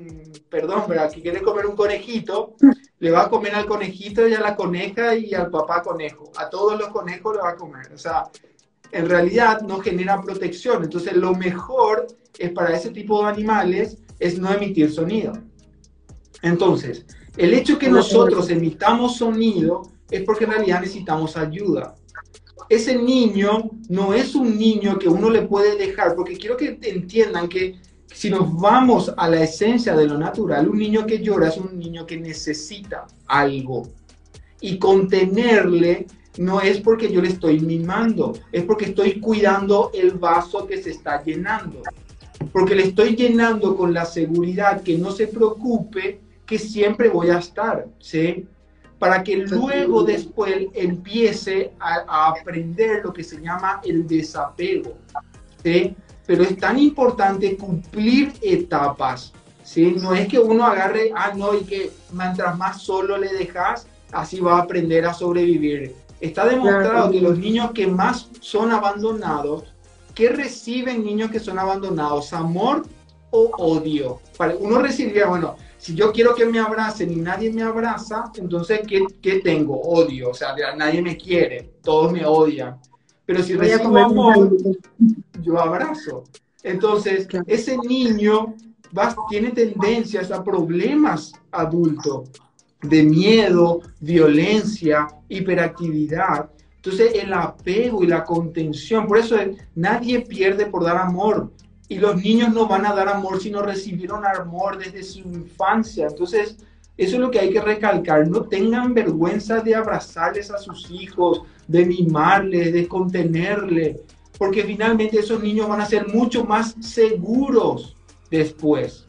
B: un conejito, le va a comer al conejito y a la coneja y al papá conejo. A todos los conejos le va a comer. O sea, en realidad no genera protección. Entonces lo mejor es para ese tipo de animales es no emitir sonido. Entonces, el hecho que nosotros emitamos sonido es porque en realidad necesitamos ayuda. Ese niño no es un niño que uno le puede dejar, porque quiero que entiendan que si nos vamos a la esencia de lo natural, un niño que llora es un niño que necesita algo. Y contenerle no es porque yo le estoy mimando, es porque estoy cuidando el vaso que se está llenando. Porque le estoy llenando con la seguridad que no se preocupe, que siempre voy a estar, ¿sí? Para que luego después empiece a aprender lo que se llama el desapego, ¿sí? Pero es tan importante cumplir etapas ¿sí? No es que uno agarre, no, y que mientras más solo le dejas, así va a aprender a sobrevivir. Está
A: Claro,
B: demostrado que los niños que más son abandonados, ¿qué reciben niños que son abandonados? ¿Amor o odio? Uno recibiría, bueno, si yo quiero que me abracen y nadie me abraza, entonces, ¿qué tengo? Odio, o sea, nadie me quiere, todos me odian. Pero si
A: voy a
B: recibo
A: comer mis
B: amor,
A: amiguitos.
B: yo abrazo. Entonces,
A: Claro.
B: ese niño tiene tendencias a problemas adultos, de miedo, violencia, hiperactividad. Entonces, el apego y la contención, por eso nadie pierde por dar amor. Y los niños no van a dar amor si no recibieron amor desde su infancia. Entonces, eso es lo que hay que recalcar. No tengan vergüenza de abrazarles a sus hijos, de mimarles, de contenerles, porque finalmente esos niños van a ser mucho más seguros después.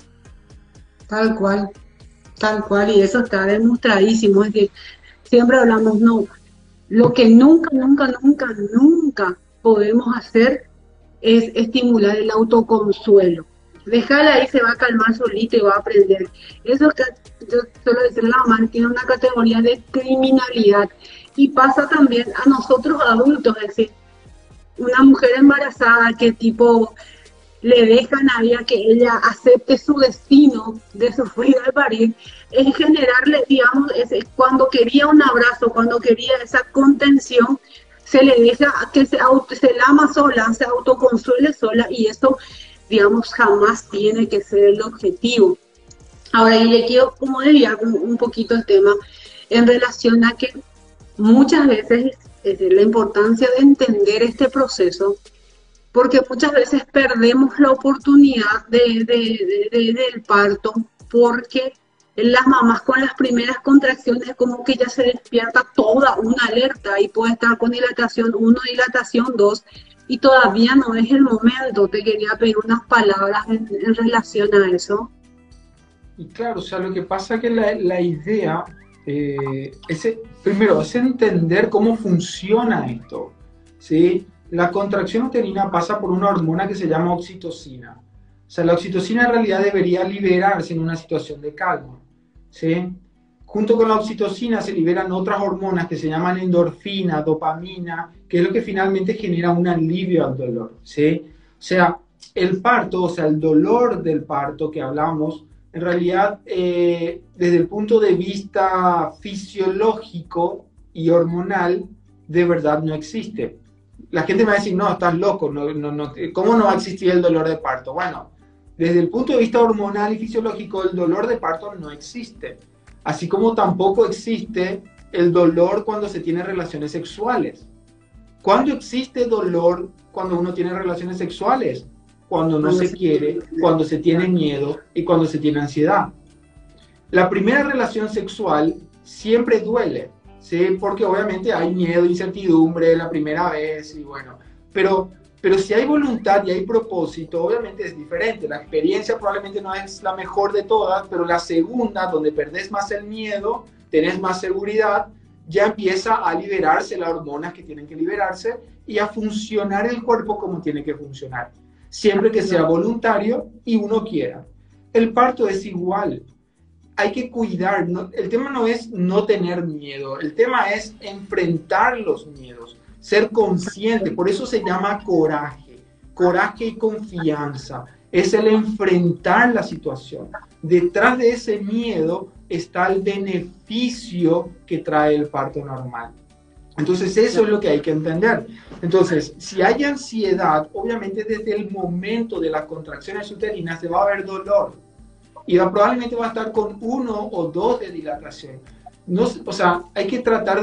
A: Tal cual, y eso está demostradísimo. Es decir, siempre hablamos, no, lo que nunca, nunca, nunca, nunca podemos hacer es estimular el autoconsuelo. Déjala ahí, se va a calmar solito y va a aprender. Eso que yo suelo decirle a la mamá, tiene una categoría de criminalidad. Y pasa también a nosotros adultos, es decir, una mujer embarazada que tipo le dejan a ella que ella acepte su destino de sufrir al parir, en generarle, digamos, cuando quería un abrazo, cuando quería esa contención, se le deja que se la ama sola, se autoconsuele sola y eso, digamos, jamás tiene que ser el objetivo. Ahora, y le quiero como desviar un poquito el tema en relación a que muchas veces la importancia de entender este proceso porque muchas veces perdemos la oportunidad del parto porque las mamás con las primeras contracciones como que ya se despierta toda una alerta y puede estar con dilatación 1, dilatación 2 y todavía no es el momento. Te quería pedir unas palabras en relación a eso.
B: Y claro, o sea, lo que pasa es que la idea, primero, es entender cómo funciona esto, ¿sí? La contracción uterina pasa por una hormona que se llama oxitocina. O sea, la oxitocina en realidad debería liberarse en una situación de calma, ¿sí? Junto con la oxitocina se liberan otras hormonas que se llaman endorfina, dopamina, que es lo que finalmente genera un alivio al dolor, ¿sí? O sea, el parto, o sea, el dolor del parto que hablamos, en realidad, desde el punto de vista fisiológico y hormonal, de verdad no existe. La gente me va a decir, no, estás loco, ¿cómo no va a existir el dolor de parto? Bueno, desde el punto de vista hormonal y fisiológico, el dolor de parto no existe. Así como tampoco existe el dolor cuando se tiene relaciones sexuales. ¿Cuándo existe dolor cuando uno tiene relaciones sexuales? Cuando no se quiere, cuando se tiene miedo y cuando se tiene ansiedad. La primera relación sexual siempre duele, ¿sí? Porque obviamente hay miedo, incertidumbre la primera vez y bueno, pero si hay voluntad y hay propósito, obviamente es diferente. La experiencia probablemente no es la mejor de todas, pero la segunda, donde perdés más el miedo, tenés más seguridad, ya empieza a liberarse las hormonas que tienen que liberarse y a funcionar el cuerpo como tiene que funcionar, siempre que sea voluntario y uno quiera. El parto es igual, hay que cuidar, el tema no es no tener miedo, el tema es enfrentar los miedos, ser consciente, por eso se llama coraje, coraje y confianza, es el enfrentar la situación. Detrás de ese miedo está el beneficio que trae el parto normal. Entonces eso es lo que hay que entender. Entonces, si hay ansiedad, obviamente desde el momento de las contracciones uterinas se va a haber dolor y probablemente va a estar con 1 o 2 de dilatación. No, o sea, hay que tratar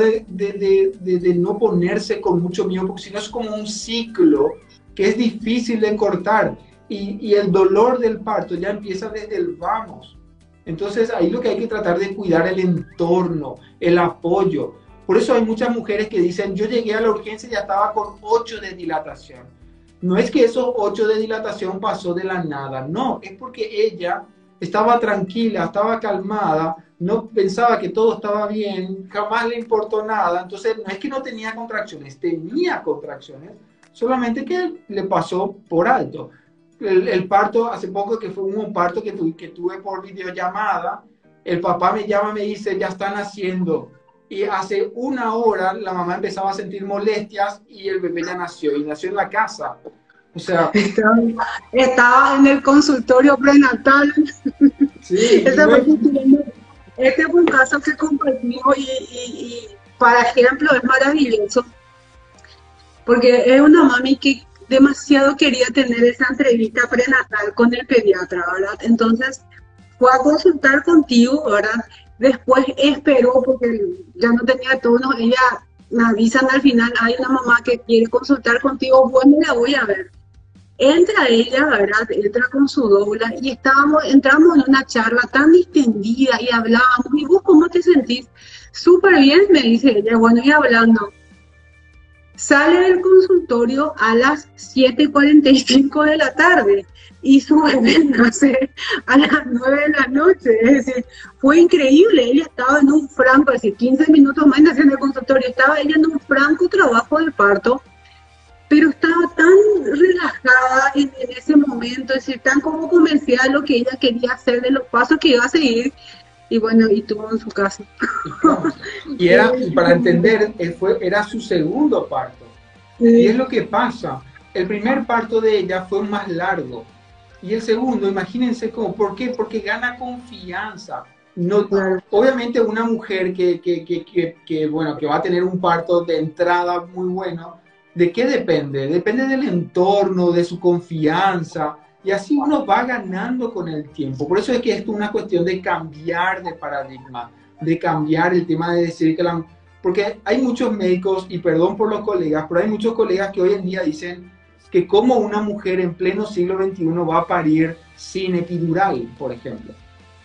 B: de no ponerse con mucho miedo, porque si no es como un ciclo que es difícil de cortar y el dolor del parto ya empieza desde el vamos. Entonces ahí lo que hay que tratar de cuidar el entorno, el apoyo. Por eso hay muchas mujeres que dicen, yo llegué a la urgencia y ya estaba con 8 de dilatación. No es que esos 8 de dilatación pasó de la nada, no, es porque ella estaba tranquila, estaba calmada, no pensaba que todo estaba bien, jamás le importó nada, entonces no es que no tenía contracciones, solamente que le pasó por alto. el parto, hace poco que fue un parto que tuve por videollamada, el papá me llama y me dice, ya están haciendo. Y hace una hora la mamá empezaba a sentir molestias y el bebé ya nació, y nació en la casa. O sea,
A: Estaba en el consultorio prenatal.
B: sí, y
A: Ese
B: no,
A: fue, este fue un caso que compartimos y, para ejemplo, es maravilloso porque es una mami que demasiado quería tener esa entrevista prenatal con el pediatra, ¿verdad? Entonces fue a consultar contigo, ¿verdad? Después esperó porque ya no tenía tono, ella me avisan al final, hay una mamá que quiere consultar contigo, bueno, la voy a ver. Entra ella, ¿verdad? Entra con su doula y entramos en una charla tan distendida y hablábamos, ¿y vos cómo te sentís? Súper bien, me dice ella, bueno, y hablando. Sale del consultorio a las 7:45 de la tarde y su bebé nace a las 9 de la noche. Es decir, fue increíble. Ella estaba en un franco, es decir, 15 minutos más nació en el consultorio, estaba ella en un franco trabajo de parto, pero estaba tan relajada en ese momento, es decir, tan como convencida de lo que ella quería hacer, de los pasos que iba a seguir, y bueno, y tuvo en su casa.
B: y para entender, era su segundo parto. Y es lo que pasa. El primer parto de ella fue más largo. Y el segundo, imagínense cómo, ¿por qué? Porque gana confianza. No,
A: Claro.
B: obviamente una mujer bueno, que va a tener un parto de entrada muy bueno, ¿de qué depende? Depende del entorno, de su confianza, y así uno va ganando con el tiempo. Por eso es que esto es una cuestión de cambiar de paradigma, de cambiar el tema de decir que porque hay muchos médicos, y perdón por los colegas, pero hay muchos colegas que hoy en día dicen que como una mujer en pleno siglo XXI va a parir sin epidural, por ejemplo.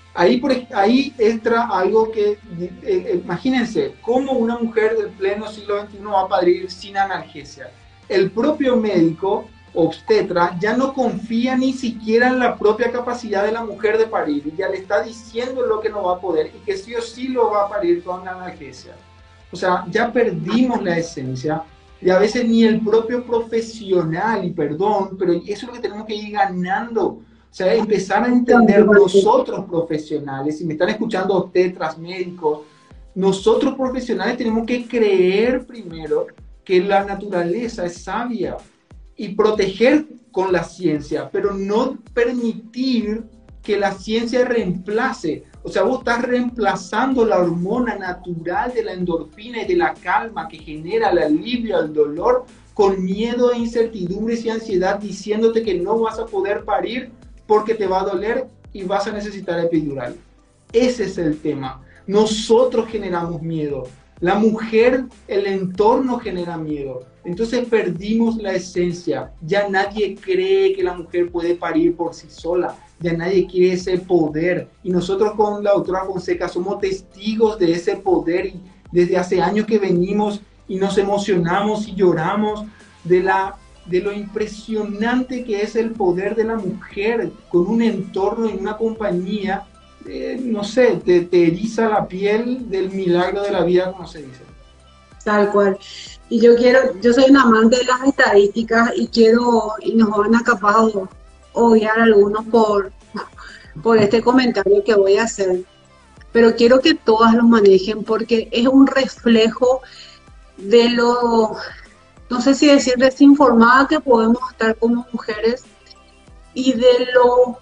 B: Ahí entra algo que, imagínense, cómo una mujer del pleno siglo XXI va a parir sin analgesia. El propio médico obstetra ya no confía ni siquiera en la propia capacidad de la mujer de parir, y ya le está diciendo lo que no va a poder y que sí o sí lo va a parir con analgesia. O sea, ya perdimos la esencia y a veces ni el propio profesional, y perdón, pero eso es lo que tenemos que ir ganando. O sea, empezar a entender nosotros profesionales, si me están escuchando obstetras, médicos, nosotros profesionales tenemos que creer primero que la naturaleza es sabia y proteger con la ciencia, pero no permitir que la ciencia reemplace. O sea, vos estás reemplazando la hormona natural de la endorfina y de la calma que genera el alivio al dolor con miedo e incertidumbres y ansiedad, diciéndote que no vas a poder parir porque te va a doler y vas a necesitar epidural. Ese es el tema. Nosotros generamos miedo. La mujer, el entorno genera miedo. Entonces perdimos la esencia. Ya nadie cree que la mujer puede parir por sí sola. Ya nadie quiere ese poder. Y nosotros con la doctora Fonseca somos testigos de ese poder. Y desde hace años que venimos y nos emocionamos y lloramos de lo impresionante que es el poder de la mujer con un entorno y una compañía. No sé, te eriza la piel del milagro de la vida, como se dice.
A: Tal cual. Y yo soy un amante de las estadísticas y nos van a capaz odiar algunos por este comentario que voy a hacer. Pero quiero que todas lo manejen porque es un reflejo de no sé si decir desinformada que podemos estar como mujeres y de lo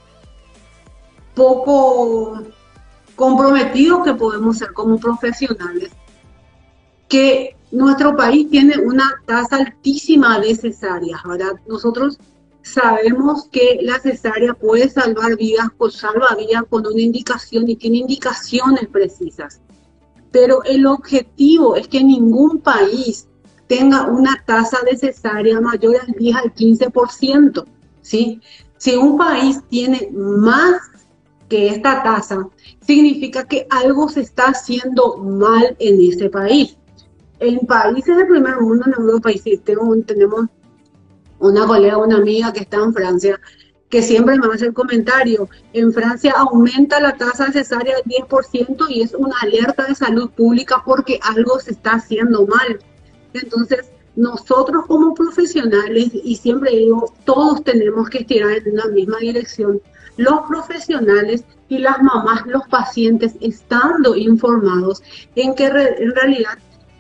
A: poco comprometidos que podemos ser como profesionales, que nuestro país tiene una tasa altísima de cesáreas, ¿verdad? Nosotros sabemos que la cesárea puede salvar vidas, pues salva vidas con una indicación y tiene indicaciones precisas, pero el objetivo es que ningún país tenga una tasa de cesárea mayor al 10 al 15%, ¿sí? Si un país tiene más que esta tasa, significa que algo se está haciendo mal en ese país. En países del primer mundo, en Europa, y tenemos una colega, una amiga que está en Francia, que siempre me hace el comentario, en Francia aumenta la tasa de cesárea al 10% y es una alerta de salud pública porque algo se está haciendo mal. Entonces, nosotros como profesionales, y siempre digo, todos tenemos que estirar en una misma dirección, los profesionales y las mamás, los pacientes, estando informados en que en realidad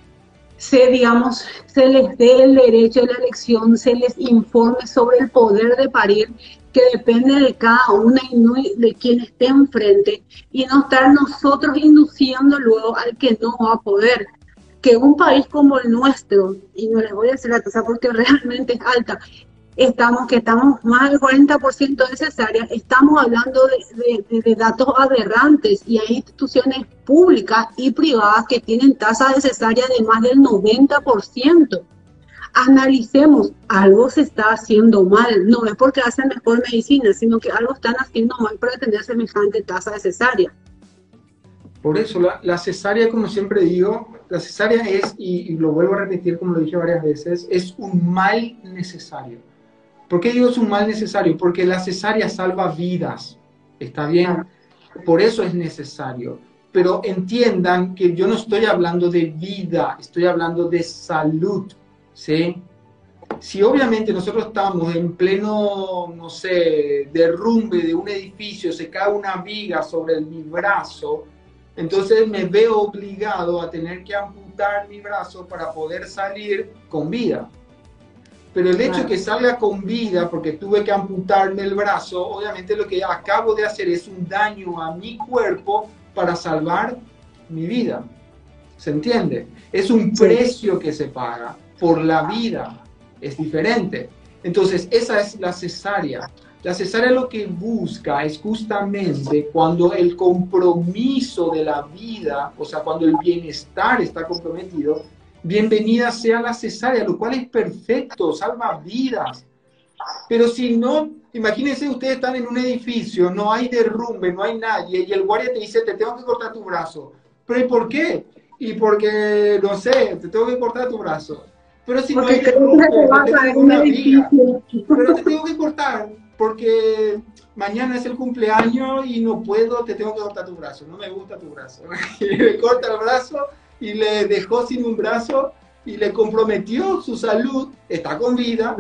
A: digamos, se les dé el derecho de la elección, se les informe sobre el poder de parir, que depende de cada una y no de quien esté enfrente, y no estar nosotros induciendo luego al que no va a poder. Que un país como el nuestro, y no les voy a decir la tasa porque realmente es alta, que estamos más del 40% de cesárea, estamos hablando de datos aberrantes, y hay instituciones públicas y privadas que tienen tasas de cesárea de más del 90%. Analicemos, algo se está haciendo mal, no es porque hacen mejor medicina, sino que algo están haciendo mal para tener semejante tasa de cesárea.
B: Por eso, la cesárea, como siempre digo, la cesárea es, y lo vuelvo a repetir como lo dije varias veces, es un mal necesario. ¿Por qué digo es un mal necesario? Porque la cesárea salva vidas, ¿está bien? Por eso es necesario. Pero entiendan que yo no estoy hablando de vida, estoy hablando de salud, ¿sí? Si obviamente nosotros estamos en pleno, no sé, derrumbe de un edificio, se cae una viga sobre mi brazo, entonces me veo obligado a tener que amputar mi brazo para poder salir con vida. Pero el hecho de que salga con vida, porque tuve que amputarme el brazo, obviamente lo que acabo de hacer es un daño a mi cuerpo para salvar mi vida. ¿Se entiende? Es un precio que se paga por la vida. Es diferente. Entonces, esa es la cesárea. La cesárea lo que busca es justamente cuando el compromiso de la vida, o sea, cuando el bienestar está comprometido, bienvenida sea la cesárea, lo cual es perfecto, salva vidas. Pero si no, imagínense, ustedes están en un edificio, no hay derrumbe, no hay nadie, y el guardia te dice, te tengo que cortar tu brazo. ¿Pero y por qué? Y porque, no sé, te tengo que cortar tu brazo. Pero si no hay derrumbe, no tengo una viga. Pero te tengo que cortar, porque mañana es el cumpleaños y no puedo, te tengo que cortar tu brazo. No me gusta tu brazo. Y le corta el brazo y le dejó sin un brazo y le comprometió su salud. Está con vida,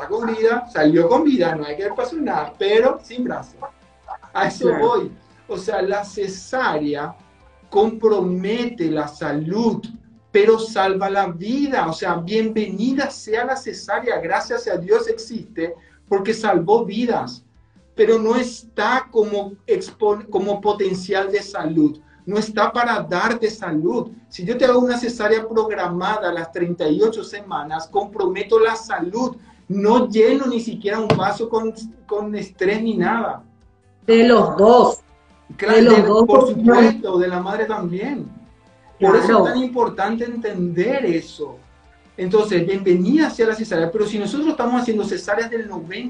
B: salió con vida, no hay que pasar nada, pero sin brazo. A eso voy. O sea, la cesárea compromete la salud, pero salva la vida. O sea, bienvenida sea la cesárea, gracias a Dios existe, porque salvó vidas, pero no está como potencial de salud. No está para darte salud. Si yo te hago una cesárea programada a las 38 semanas, comprometo la salud. No lleno ni siquiera un vaso con estrés ni nada.
A: De los dos.
B: Claro,
A: de los dos,
B: por supuesto, de la madre también. Por
A: claro.
B: eso es tan importante entender eso. Entonces, bienvenida sea la cesárea, pero si nosotros estamos haciendo cesáreas del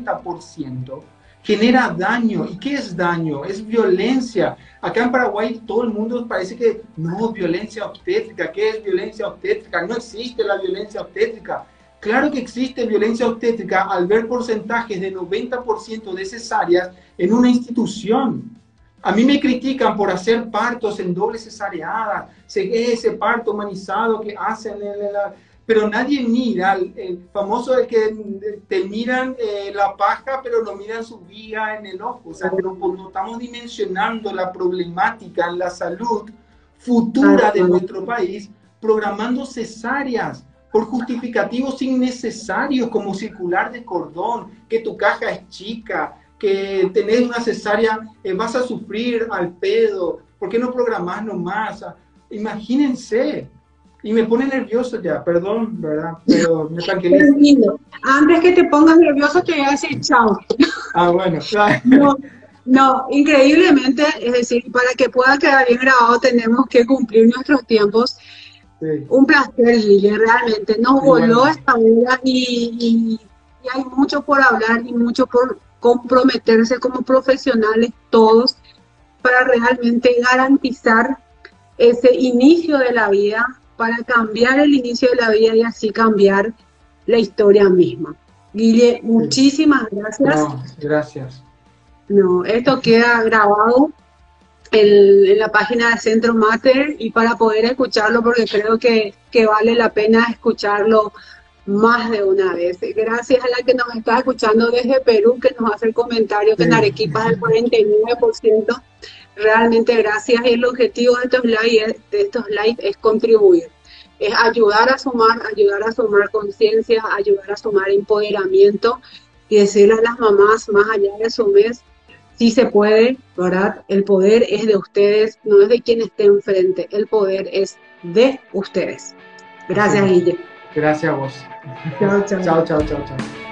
B: 90%, genera daño. ¿Y qué es daño? Es violencia. Acá en Paraguay todo el mundo parece que no, violencia obstétrica. ¿Qué es violencia obstétrica? No existe la violencia obstétrica. Claro que existe violencia obstétrica al ver porcentajes de 90% de cesáreas en una institución. A mí me critican por hacer partos en doble cesareada, ese parto humanizado que hacen pero nadie mira, el famoso de que te miran la paja, pero no miran su viga en el ojo. O sea, no estamos dimensionando la problemática en la salud futura de nuestro país, programando cesáreas por justificativos innecesarios, como circular de cordón, que tu caja es chica, que tenés una cesárea, vas a sufrir al pedo. ¿Por qué no programás nomás? Imagínense. Y me pone nervioso ya, perdón, ¿verdad? Pero me tranquiliza.
A: Antes que te pongas nervioso te voy a decir chao.
B: Ah, bueno, claro.
A: No, increíblemente, es decir, para que pueda quedar bien grabado tenemos que cumplir nuestros tiempos. Sí. Un placer, Guille, realmente. Nos voló esta hora y hay mucho por hablar y mucho por comprometerse como profesionales todos para realmente garantizar ese inicio de la vida, para cambiar el inicio de la vida y así cambiar la historia misma. Guille, muchísimas gracias.
B: No, gracias.
A: No, esto queda grabado en la página de Centro Mater y para poder escucharlo, porque creo que vale la pena escucharlo más de una vez. Gracias a la que nos está escuchando desde Perú, que nos hace el comentario que en
B: Sí,
A: Arequipa es el 49%. Realmente gracias. Y el objetivo de estos live es contribuir, es ayudar a sumar conciencia, ayudar a sumar empoderamiento y decirle a las mamás, más allá de su mes, sí se puede, ¿verdad? El poder es de ustedes, no es de quien esté enfrente, el poder es de ustedes.
B: así
A: Gracias,
B: es.
A: Guille.
B: Gracias a vos.
A: Chao, chao.
B: Chao, chao, chao, chao.